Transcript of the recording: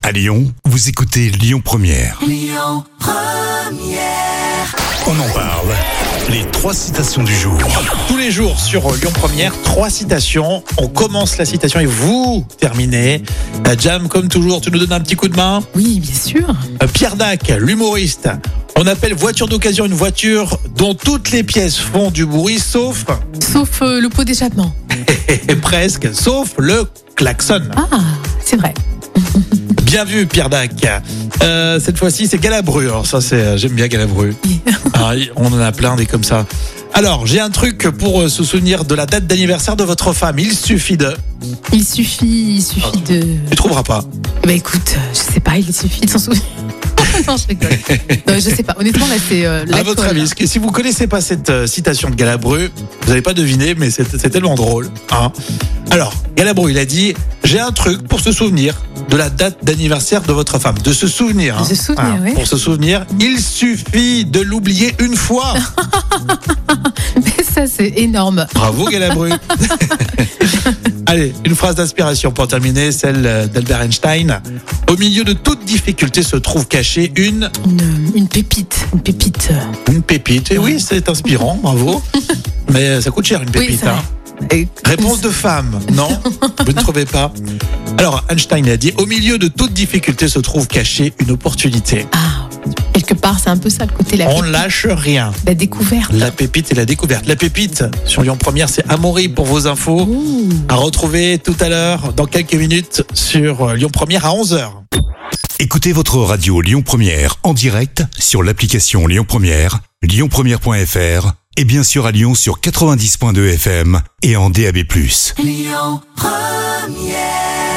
À Lyon, vous écoutez Lyon Première. Lyon Première. On en parle. Les 3 citations du jour. Tous les jours sur Lyon Première, 3 citations. On commence la citation et vous terminez. Jam, comme toujours, tu nous donnes un petit coup de main. Oui, bien sûr. Pierre Dac, l'humoriste. On appelle voiture d'occasion une voiture dont toutes les pièces font du bruit, sauf Le pot d'échappement. presque, sauf le klaxon. Ah, c'est vrai. Bien vu, Pierre Dac. Cette fois-ci, c'est Galabru. Alors ça, j'aime bien Galabru. Ah, on en a plein des comme ça. Alors, j'ai un truc pour se souvenir de la date d'anniversaire de votre femme. Il suffit de... Il suffit de... Tu trouveras pas. Écoute, je sais pas, il suffit de s'en souvenir. Non, je rigole. Non, je sais pas. Honnêtement, là, c'est À l'alcool, votre avis, là. si vous connaissez pas cette citation de Galabru, vous n'allez pas deviner, mais c'est tellement drôle. Hein. Alors, Galabru, il a dit « J'ai un truc pour se souvenir de la date d'anniversaire de votre femme. » De se souvenir. De se souvenir, oui. Pour se souvenir, il suffit de l'oublier une fois. Mais ça, c'est énorme. Bravo, Galabru. Allez, une phrase d'inspiration pour terminer, celle d'Albert Einstein. Au milieu de toute difficulté se trouve cachée une Une pépite. pépite. Et oui, c'est inspirant, bravo. Mais ça coûte cher une pépite. Oui, c'est vrai. Réponse de femme, non? Vous ne trouvez pas? Alors, Einstein a dit, au milieu de toute difficulté se trouve cachée une opportunité. Ah, quelque part, c'est un peu ça le côté la On pépite. lâche rien. La découverte. La pépite et la découverte. La pépite sur Lyon Première, c'est Amaury pour vos infos. Ouh. À retrouver tout à l'heure, dans quelques minutes, sur Lyon Première à 11h. Écoutez votre radio Lyon Première en direct sur l'application Lyon Première, lyonpremière.fr et bien sûr à Lyon sur 90.2 FM et en DAB+. Lyon Première.